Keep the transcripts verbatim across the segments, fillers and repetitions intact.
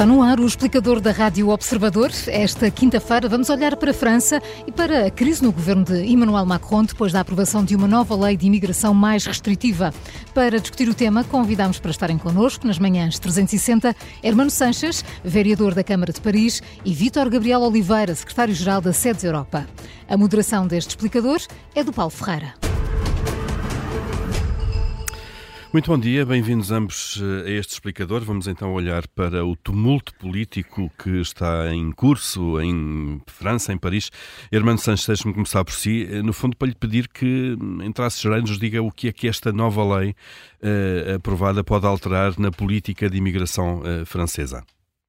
Está no ar o explicador da Rádio Observador. Esta quinta-feira vamos olhar para a França e para a crise no governo de Emmanuel Macron depois da aprovação de uma nova lei de imigração mais restritiva. Para discutir o tema, convidamos para estarem connosco nas manhãs trezentos e sessenta Hermano Sanches, vereador da Câmara de Paris, e Vítor Gabriel Oliveira, secretário-geral da C E D S Europa. A moderação deste explicador é do Paulo Ferreira. Muito bom dia, bem-vindos ambos a este explicador. Vamos então olhar para o tumulto político que está em curso em França, em Paris. Hermano Sanches, deixe-me começar por si. No fundo, para lhe pedir que, em traços gerais, nos diga o que é que esta nova lei uh, aprovada pode alterar na política de imigração uh, francesa.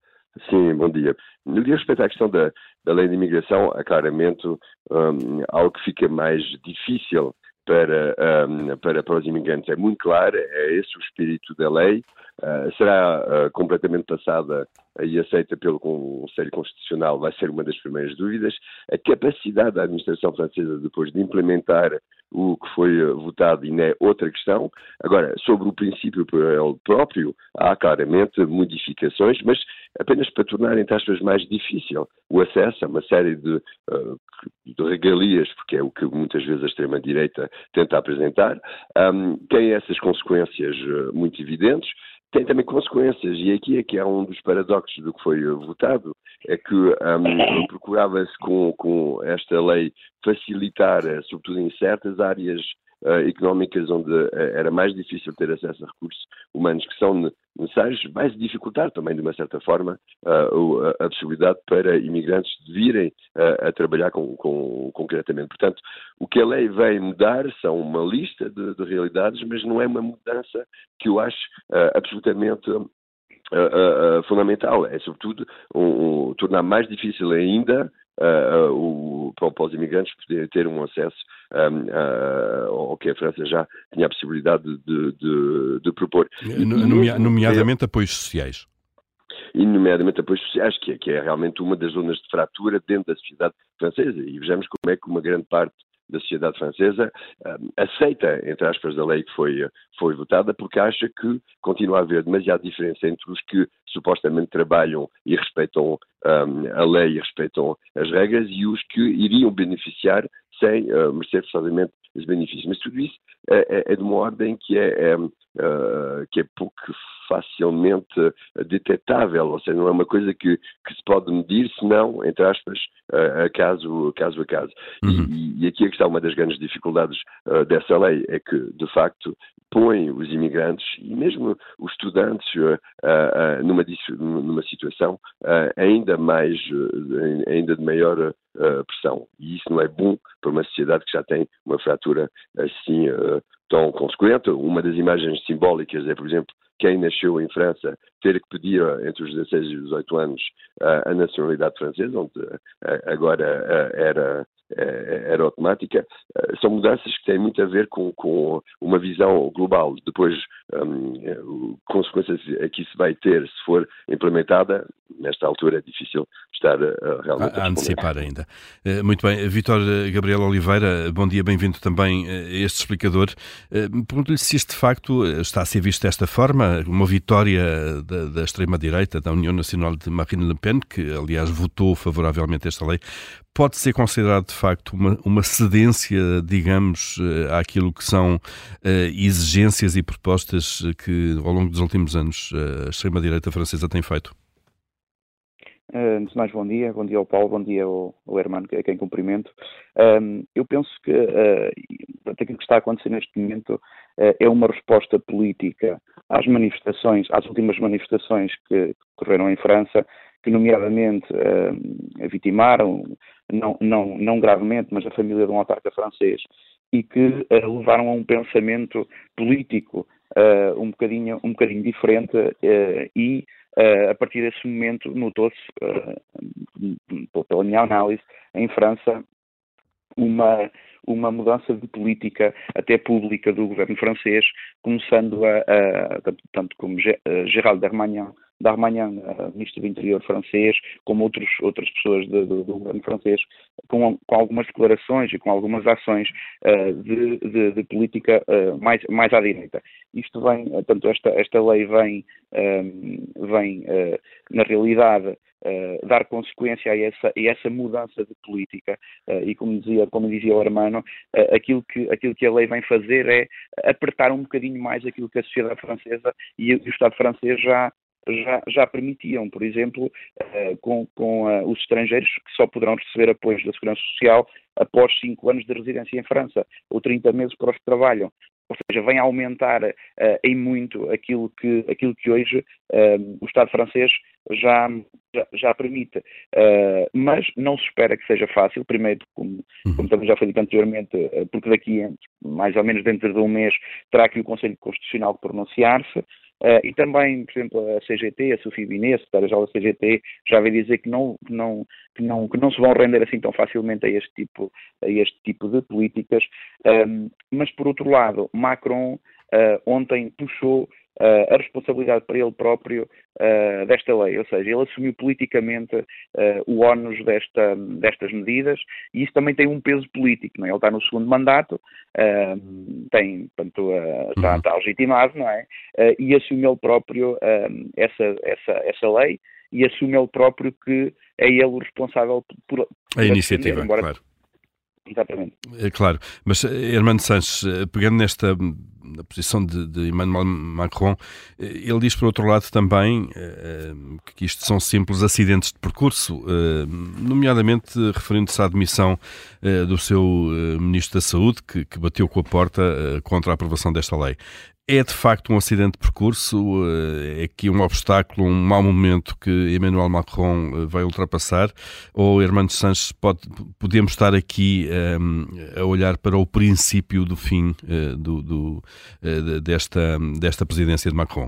Sim, bom dia. No que diz respeito à questão da, da lei de imigração, há claramente um, algo que fica mais difícil Para, um, para, para os imigrantes. É muito claro, é esse o espírito da lei, uh, será uh, completamente passada e aceita pelo Conselho Constitucional, vai ser uma das primeiras dúvidas. A capacidade da administração francesa depois de implementar o que foi uh, votado ainda é outra questão. Agora, sobre o princípio próprio, há claramente modificações, mas apenas para tornar, entre aspas, mais difícil o acesso a uma série de, uh, de regalias, porque é o que muitas vezes a extrema-direita tenta apresentar, um, tem essas consequências uh, muito evidentes. Tem também consequências, e aqui é que há um dos paradoxos do que foi uh, votado, é que um, procurava-se com, com esta lei facilitar, uh, sobretudo em certas áreas uh, económicas onde uh, era mais difícil ter acesso a recursos humanos que são necessários, vai-se dificultar também, de uma certa forma, uh, a, a possibilidade para imigrantes de virem uh, a trabalhar com, com, concretamente. Portanto, o que a lei vem mudar são uma lista de, de realidades, mas não é uma mudança que eu acho uh, absolutamente uh, uh, uh, fundamental. É, sobretudo, um, um, tornar mais difícil ainda Uh, uh, o, para, para os imigrantes poderem ter um acesso um, uh, ao que a França já tinha a possibilidade de, de, de propor. Nomea, nomeadamente apoios sociais. E nomeadamente apoios sociais, que é, que é realmente uma das zonas de fratura dentro da sociedade francesa. E vejamos como é que uma grande parte da sociedade francesa um, aceita, entre aspas, da lei que foi, foi votada, porque acha que continua a haver demasiada diferença entre os que supostamente trabalham e respeitam um, a lei e respeitam as regras e os que iriam beneficiar sem uh, merecer forçosamente os benefícios. Mas tudo isso é, é de uma ordem que é, é, uh, que é pouco facilmente detectável, ou seja, não é uma coisa que, que se pode medir, senão, entre aspas, uh, caso, caso a caso. Uhum. E, e aqui é que está uma das grandes dificuldades uh, dessa lei, é que, de facto, põe os imigrantes e mesmo os estudantes uh, uh, numa, numa situação uh, ainda mais, uh, ainda de maior uh, pressão. E isso não é bom para uma sociedade que já tem uma fratura assim uh, tão consequente. Uma das imagens simbólicas é, por exemplo, quem nasceu em França ter que pedir entre os dezasseis e os dezoito anos uh, a nacionalidade francesa, onde uh, agora uh, era era automática. São mudanças que têm muito a ver com, com uma visão global. Depois, um, consequências a que isso vai ter se for implementada, nesta altura é difícil estar uh, realmente a, a antecipar ainda. Uh, muito bem. Vítor Gabriel Oliveira, bom dia, bem-vindo também a este explicador. Uh, Pergunto-lhe se isto de facto está a ser visto desta forma, uma vitória da, da extrema-direita, da União Nacional de Marine Le Pen, que aliás votou favoravelmente esta lei, pode ser considerado de facto uma, uma cedência, digamos, àquilo que são uh, exigências e propostas que ao longo dos últimos anos uh, a extrema-direita francesa tem feito? Antes de mais, bom dia. Bom dia ao Paulo, bom dia ao, ao Hermano, a quem cumprimento. Um, eu penso que uh, aquilo que está a acontecer neste momento uh, é uma resposta política às manifestações, às últimas manifestações que ocorreram em França, que nomeadamente uh, vitimaram, não, não, não gravemente, mas a família de um autarca francês, e que uh, levaram a um pensamento político uh, um bocadinho, um bocadinho diferente uh, e Uh, a partir desse momento notou-se, uh, pela minha análise, em França uma, uma mudança de política até pública do governo francês, começando a, a tanto como Gérald Darmanin Darmanin, uh, ministro do Interior francês, como outros, outras pessoas do, do, do governo francês, com, com algumas declarações e com algumas ações uh, de, de, de política uh, mais, mais à direita. Isto vem, portanto, esta, esta lei vem, um, vem uh, na realidade, Uh, dar consequência a essa, a essa mudança de política uh, e como dizia, como dizia o Hermano, uh, aquilo, que, aquilo que a lei vem fazer é apertar um bocadinho mais aquilo que a sociedade francesa e, e o Estado francês já, já, já permitiam, por exemplo, uh, com, com uh, os estrangeiros que só poderão receber apoios da Segurança Social após cinco anos de residência em França, ou trinta meses para os que trabalham. Ou seja, vem a aumentar uh, em muito aquilo que, aquilo que hoje uh, o Estado francês já, já, já permite. Uh, mas não se espera que seja fácil, primeiro, como, como também já foi dito anteriormente, uh, porque daqui, mais ou menos dentro de um mês, terá aqui o Conselho Constitucional de pronunciar-se. Uh, e também, por exemplo, a C G T, a Sophie Binet, a secretária-geral da C G T, já veio dizer que não, que, não, que, não, que não se vão render assim tão facilmente a este tipo, a este tipo de políticas. Um, mas, por outro lado, Macron uh, ontem puxou uh, a responsabilidade para ele próprio uh, desta lei, ou seja, ele assumiu politicamente uh, o ónus desta, destas medidas e isso também tem um peso político, não é? Ele está no segundo mandato, uh, tem, portanto, uh, está, está legitimado, não é? Uh, e assume ele próprio uh, essa, essa, essa lei e assume ele próprio que é ele o responsável por... por a iniciativa, defender, embora... claro. Exatamente. É claro, mas Hermano Sanches, pegando nesta na posição de, de Emmanuel Macron, ele diz por outro lado também uh, que isto são simples acidentes de percurso, uh, nomeadamente referindo-se à admissão uh, do seu uh, Ministro da Saúde, que, que bateu com a porta uh, contra a aprovação desta lei. É de facto um acidente de percurso? É aqui um obstáculo, um mau momento que Emmanuel Macron vai ultrapassar? Ou, Hermano Sanches, pode, podemos estar aqui um, a olhar para o princípio do fim uh, do, do, uh, desta, desta presidência de Macron?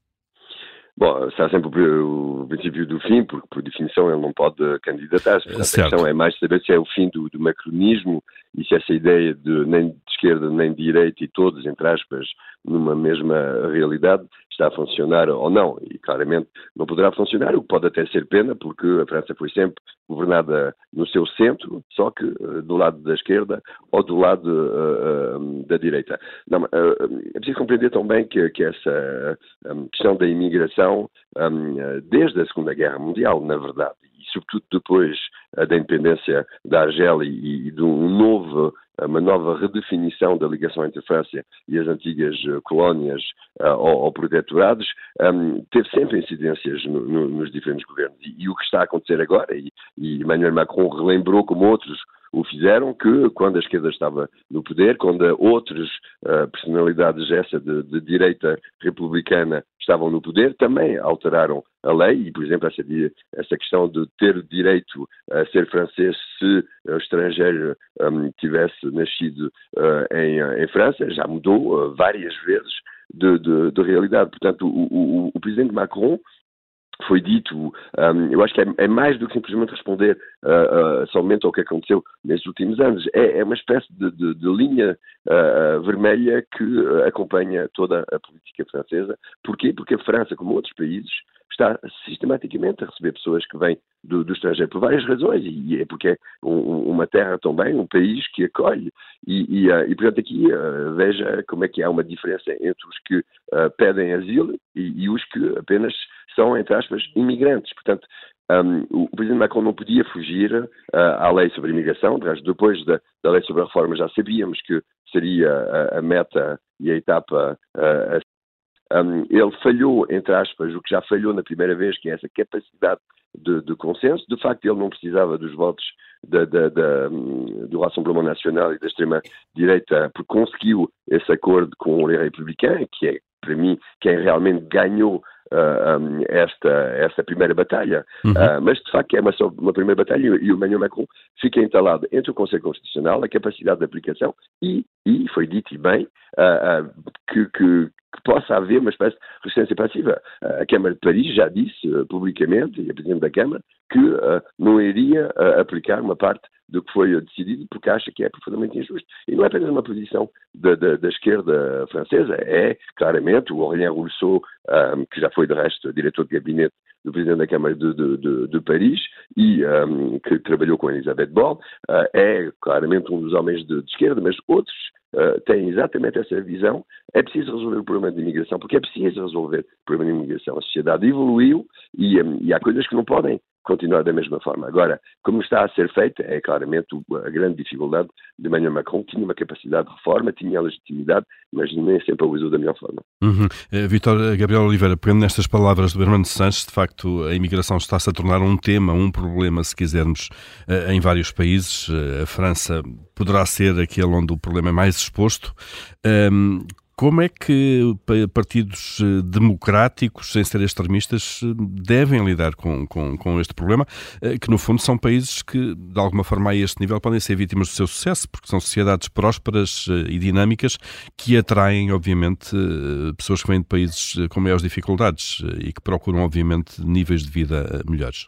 Bom, está sempre o princípio do fim, porque por definição ele não pode candidatar-se. A questão é mais saber se é o fim do, do macronismo e se essa ideia de nem de esquerda nem de direita e todos, entre aspas, numa mesma realidade, está a funcionar ou não. E claramente não poderá funcionar, o que pode até ser pena, porque a França foi sempre governada no seu centro, só que uh, do lado da esquerda ou do lado uh, uh, da direita. Não, uh, é preciso compreender também que, que essa um, questão da imigração, um, desde a Segunda Guerra Mundial, na verdade, e sobretudo depois uh, da independência da Argélia e, e de um novo uma nova redefinição da ligação entre a França e as antigas uh, colónias uh, ou, ou protetorados, um, teve sempre incidências no, no, nos diferentes governos. E, e o que está a acontecer agora, e, e Emmanuel Macron relembrou como outros o fizeram, que quando a esquerda estava no poder, quando outras uh, personalidades essa de, de direita republicana estavam no poder, também alteraram a lei e, por exemplo, essa, essa questão de ter direito a ser francês se o estrangeiro um, tivesse nascido uh, em, em França, já mudou uh, várias vezes de, de, de realidade. Portanto, o, o, o presidente Macron foi dito, um, eu acho que é, é mais do que simplesmente responder uh, uh, somente ao que aconteceu nestes últimos anos. É, é uma espécie de, de, de linha uh, vermelha que uh, acompanha toda a política francesa. Porquê? Porque a França, como outros países, está sistematicamente a receber pessoas que vêm do, do estrangeiro por várias razões, e é porque é um, uma terra também, um país que acolhe, e, e, uh, e portanto aqui uh, veja como é que há uma diferença entre os que uh, pedem asilo e, e os que apenas são, entre aspas, imigrantes. Portanto, um, o presidente Macron não podia fugir uh, à lei sobre a imigração. Depois da, da lei sobre a reforma já sabíamos que seria a, a meta e a etapa uh, a Um, ele falhou, entre aspas, o que já falhou na primeira vez, que é essa capacidade de, de consenso. De facto, ele não precisava dos votos da, da, da, do Rassemblement Nacional e da extrema-direita, porque conseguiu esse acordo com o Républicain, que é, para mim, quem realmente ganhou Uh, um, esta, esta primeira batalha, uhum. uh, mas de facto é uma, só uma primeira batalha e o Emmanuel Macron fica entalado entre o Conselho Constitucional, a capacidade de aplicação e, e foi dito e bem, uh, uh, que, que, que possa haver uma espécie de resistência passiva. Uh, a Câmara de Paris já disse uh, publicamente, e a Presidente da Câmara, que uh, não iria uh, aplicar uma parte do que foi decidido porque acha que é profundamente injusto. E não é apenas uma posição da, da, da esquerda francesa, é claramente o Aurélien Rousseau, um, que já foi de resto diretor de gabinete do Presidente da Câmara de, de, de, de Paris e um, que trabalhou com Elisabeth Borne, uh, é claramente um dos homens de, de esquerda, mas outros uh, têm exatamente essa visão. É preciso resolver o problema de imigração, porque é preciso resolver o problema de imigração. A sociedade evoluiu e, um, e há coisas que não podem continuar da mesma forma. Agora, como está a ser feita, é claramente a grande dificuldade de Emmanuel Macron, que tinha uma capacidade de reforma, tinha a legitimidade, mas nem sempre a usou da melhor forma. Uhum. Uh, Vítor Gabriel Oliveira, pegando nestas palavras do Hermano Sanches, de facto a imigração está-se a tornar um tema, um problema, se quisermos, uh, em vários países. Uh, a França poderá ser aquele onde o problema é mais exposto. Um, Como é que partidos democráticos, sem ser extremistas, devem lidar com, com, com este problema, que no fundo são países que, de alguma forma a este nível, podem ser vítimas do seu sucesso, porque são sociedades prósperas e dinâmicas que atraem, obviamente, pessoas que vêm de países com maiores dificuldades e que procuram, obviamente, níveis de vida melhores?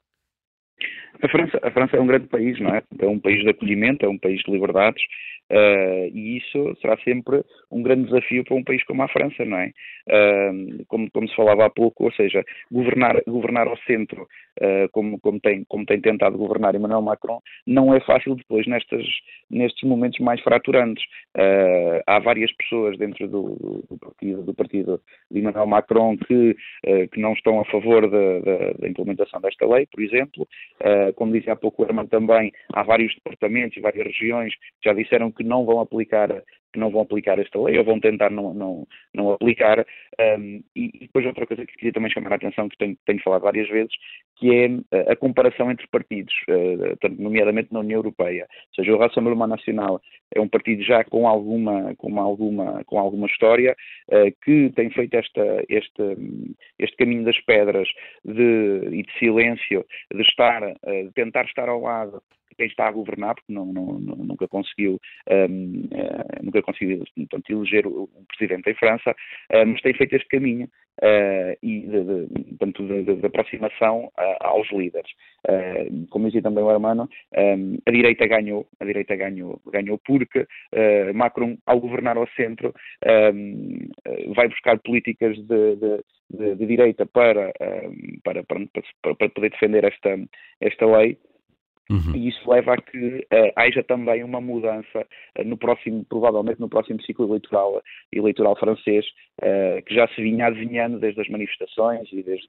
A França, a França é um grande país, não é? É um país de acolhimento, é um país de liberdades, uh, e isso será sempre um grande desafio para um país como a França, não é? Uh, como, como se falava há pouco, ou seja, governar, governar ao centro, uh, como, como, tem, como tem tentado governar Emmanuel Macron, não é fácil depois nestes, nestes momentos mais fraturantes. Uh, há várias pessoas dentro do, do, partido, do partido de Emmanuel Macron que, uh, que não estão a favor da, da, da implementação desta lei, por exemplo. Uh, como disse há pouco o Herman também, há vários departamentos e várias regiões que já disseram que não vão aplicar, que não vão aplicar esta lei, ou vão tentar não, não, não aplicar. Um, e, e depois outra coisa que queria também chamar a atenção, que tenho, tenho falado várias vezes, que é a comparação entre partidos, uh, nomeadamente na União Europeia. Ou seja, o Rassemblement Nacional é um partido já com alguma, com alguma, com alguma história, uh, que tem feito esta, este, este caminho das pedras de, e de silêncio, de estar, uh, de tentar estar ao lado de quem está a governar, porque não, não, nunca conseguiu, um, uh, nunca conseguiu portanto, eleger o, o presidente em França, uh, mas tem feito este caminho uh, e de, de, portanto, de, de, de aproximação uh, aos líderes. Uh, como dizia também o Hermano, um, a direita ganhou, a direita ganhou, ganhou porque uh, Macron, ao governar ao centro, um, vai buscar políticas de, de, de, de direita para, um, para, para, para, para poder defender esta, esta lei. Uhum. E isso leva a que uh, haja também uma mudança uh, no próximo, provavelmente no próximo ciclo eleitoral, eleitoral francês, uh, que já se vinha adivinhando desde as manifestações e desde,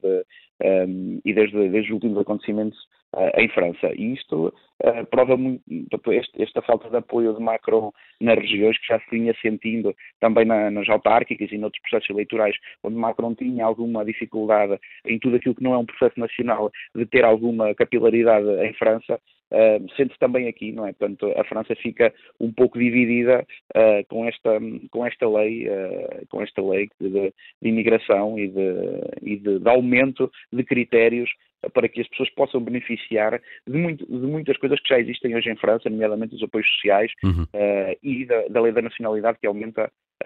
um, e desde, desde os últimos acontecimentos uh, em França. E isto uh, prova muito este, esta falta de apoio de Macron nas regiões, que já se vinha sentindo também na, nas autárquicas e noutros processos eleitorais, onde Macron tinha alguma dificuldade em tudo aquilo que não é um processo nacional de ter alguma capilaridade em França. Uh, sente-se também aqui, não é? Portanto, a França fica um pouco dividida uh, com esta com esta lei, uh, com esta lei de, de imigração e, de, e de, de aumento de critérios para que as pessoas possam beneficiar de, muito, de muitas coisas que já existem hoje em França, nomeadamente os apoios sociais, uhum. uh, e da, da lei da nacionalidade, que aumenta,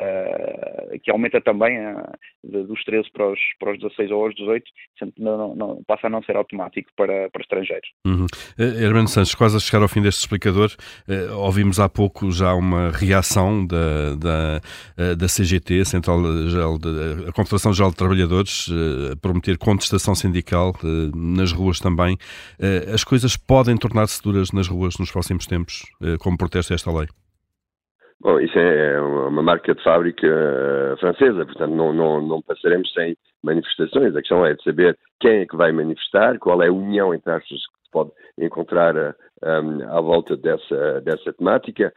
uh, que aumenta também uh, de, dos treze para os, para os dezasseis ou aos dezoito, sendo que não, não, passa a não ser automático para, para estrangeiros. Uhum. Uh, Hermano Sanches, quase a chegar ao fim deste explicador, uh, ouvimos há pouco já uma reação da, da, uh, da C G T, Central Geral de, a Confederação Geral de Trabalhadores, uh, a prometer contestação sindical uh, nas ruas também. As coisas podem tornar-se duras nas ruas nos próximos tempos, como protesto a esta lei? Bom, isso é uma marca de fábrica francesa, portanto não, não, não passaremos sem manifestações. A questão é de saber quem é que vai manifestar, qual é a união entre as pessoas que se pode encontrar um, à volta dessa, dessa temática.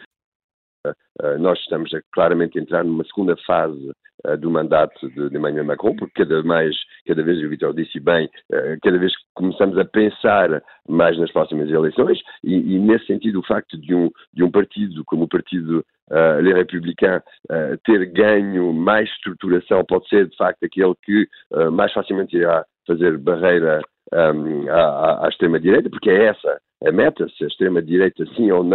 Uh, nós estamos a, claramente a entrar numa segunda fase uh, do mandato de, de Emmanuel Macron, porque cada, mais, cada vez, o Vítor disse bem, uh, cada vez que começamos a pensar mais nas próximas eleições, e, e nesse sentido o facto de um, de um partido como o partido uh, Les Républicains uh, ter ganho mais estruturação pode ser de facto aquele que uh, mais facilmente irá fazer barreira um, à, à extrema-direita, porque é essa a meta, se a extrema-direita sim ou não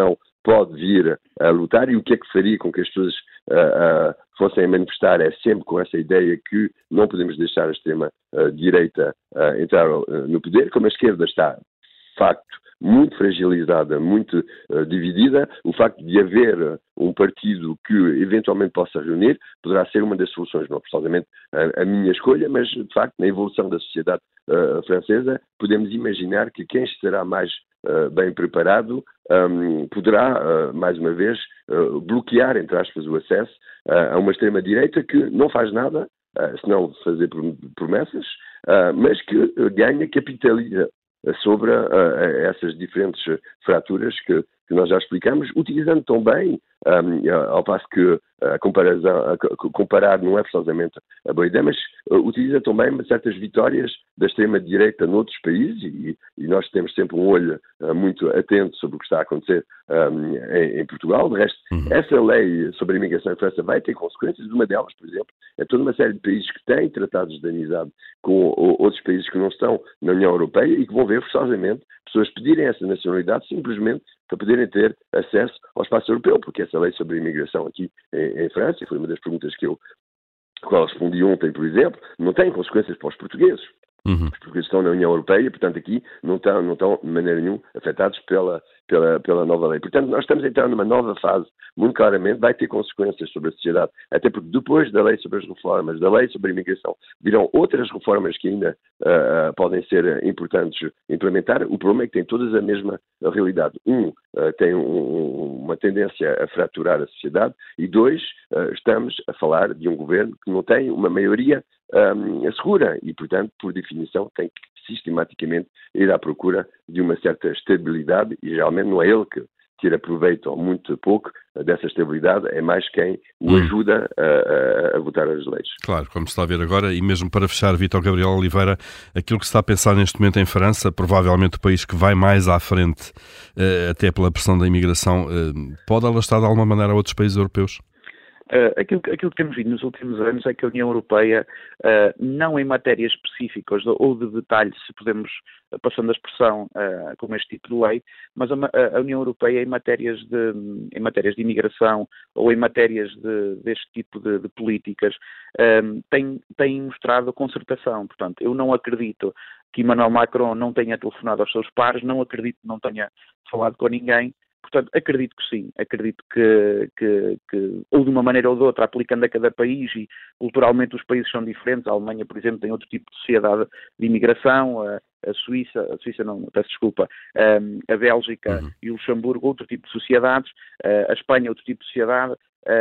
pode vir a lutar e o que é que faria com que as pessoas uh, uh, fossem a manifestar. É sempre com essa ideia que não podemos deixar a extrema-direita uh, uh, entrar uh, no poder, como a esquerda está, de facto, muito fragilizada, muito uh, dividida. O facto de haver uh, um partido que eventualmente possa reunir poderá ser uma das soluções, não precisamente a, a minha escolha, mas de facto na evolução da sociedade uh, francesa podemos imaginar que quem estará mais uh, bem preparado um, poderá, uh, mais uma vez, uh, bloquear, entre aspas, o acesso uh, a uma extrema-direita que não faz nada, uh, senão fazer promessas, uh, mas que uh, ganha, capitaliza sobre uh, essas diferentes fraturas que, que nós já explicamos, utilizando também, um, ao passo que a comparação, a comparar não é precisamente a boa ideia, mas uh, utiliza também certas vitórias da extrema-direita noutros países e, e nós temos sempre um olho uh, muito atento sobre o que está a acontecer um, em, em Portugal. De resto, uhum. essa lei sobre a imigração em França vai ter consequências. Uma delas, por exemplo, é toda uma série de países que têm tratados de amizade com o, outros países que não estão na União Europeia e que vão ver forçosamente pessoas pedirem essa nacionalidade simplesmente para poderem ter acesso ao espaço europeu, porque essa lei sobre a imigração aqui em, em França, foi uma das perguntas que eu qual respondi ontem, por exemplo, não tem consequências para os portugueses. Uhum. Os portugueses estão na União Europeia, portanto aqui não estão, não estão de maneira nenhuma afetados pela, pela, pela nova lei. Portanto, nós estamos a entrar numa nova fase, muito claramente, vai ter consequências sobre a sociedade, até porque depois da lei sobre as reformas, da lei sobre a imigração, virão outras reformas que ainda uh, podem ser importantes implementar. O problema é que têm todas a mesma realidade. Um, uh, tem um, uma tendência a fraturar a sociedade e dois, uh, estamos a falar de um governo que não tem uma maioria Um, segura e, portanto, por definição, tem que sistematicamente ir à procura de uma certa estabilidade e geralmente não é ele que tira proveito ou muito pouco dessa estabilidade, é mais quem o ajuda a, a, a votar as leis. Claro, como se está a ver agora, e mesmo para fechar, Vítor Gabriel Oliveira, aquilo que se está a pensar neste momento em França, provavelmente o país que vai mais à frente, uh, até pela pressão da imigração, uh, pode alastrar de alguma maneira a outros países europeus? Uh, aquilo, aquilo que temos visto nos últimos anos é que a União Europeia, uh, não em matérias específicas ou de detalhes, se podemos, passando a expressão, uh, como este tipo de lei, mas a, a União Europeia em matérias de, em matérias de imigração ou em matérias de, deste tipo de, de políticas, um, tem, tem mostrado concertação. Portanto, eu não acredito que Emmanuel Macron não tenha telefonado aos seus pares, não acredito que não tenha falado com ninguém. Portanto, acredito que sim, acredito que, que, que, ou de uma maneira ou de outra, aplicando a cada país, e culturalmente os países são diferentes, a Alemanha, por exemplo, tem outro tipo de sociedade de imigração, a, a Suíça, a Suíça não, peço desculpa, a, a Bélgica uhum. e o Luxemburgo, outro tipo de sociedades, a Espanha, outro tipo de sociedade,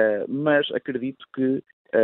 mas acredito que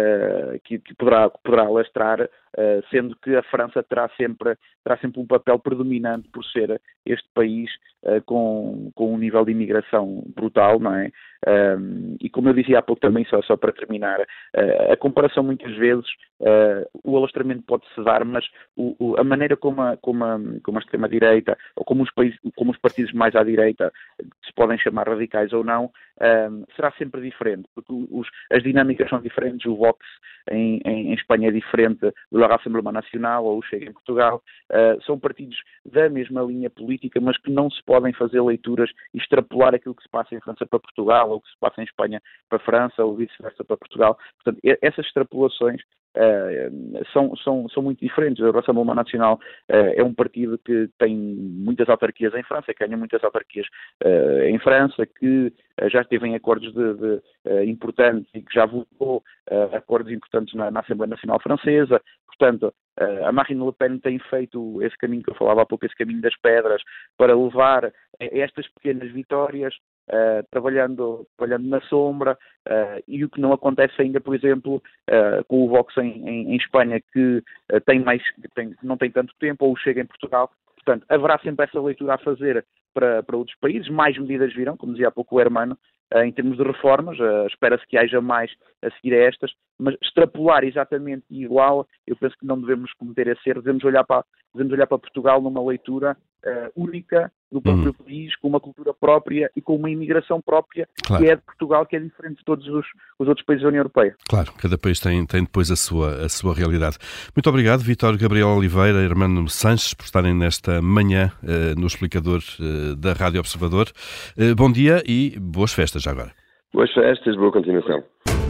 Uh, que, que poderá, poderá alastrar, uh, sendo que a França terá sempre, terá sempre um papel predominante por ser este país uh, com, com um nível de imigração brutal, não é? Um, e como eu dizia há pouco também, só, só para terminar, uh, a comparação muitas vezes, uh, o alastramento pode-se dar, mas o, o, a maneira como a, como a, como a extrema-direita, ou como os, países, como os partidos mais à direita, se podem chamar radicais ou não, um, será sempre diferente, porque os, as dinâmicas são diferentes. O Vox em, em, em Espanha é diferente do Rassemblement Nacional ou o Chega em Portugal. Uh, são partidos da mesma linha política, mas que não se podem fazer leituras e extrapolar aquilo que se passa em França para Portugal ou o que se passa em Espanha para França ou vice-versa para Portugal. Portanto, essas extrapolações Uh, são, são, são muito diferentes. O Rassemblement Nacional uh, é um partido que tem muitas autarquias em França, que ganha muitas autarquias uh, em França, que uh, já esteve em acordos de, de, uh, importantes e que já votou uh, acordos importantes na, na Assembleia Nacional Francesa. Portanto, uh, a Marine Le Pen tem feito esse caminho que eu falava há pouco, esse caminho das pedras, para levar estas pequenas vitórias, Uh, trabalhando, trabalhando na sombra, uh, e o que não acontece ainda, por exemplo, uh, com o Vox em, em, em Espanha, que uh, tem mais, tem, não tem tanto tempo, ou o Chega em Portugal. Portanto, haverá sempre essa leitura a fazer para, para outros países. Mais medidas virão, como dizia há pouco o Hermano, uh, em termos de reformas. Uh, espera-se que haja mais a seguir a estas, mas extrapolar exatamente igual, eu penso que não devemos cometer esse erro. Devemos olhar para, devemos olhar para Portugal numa leitura uh, única do próprio uhum. país, com uma cultura própria e com uma imigração própria, claro. Que é de Portugal, que é diferente de todos os, os outros países da União Europeia. Claro, cada país tem, tem depois a sua, a sua realidade. Muito obrigado, Vítor Gabriel Oliveira, Hermano Sanches, por estarem nesta manhã uh, no explicador uh, da Rádio Observador. Uh, bom dia e boas festas já agora. Boas festas, boa continuação.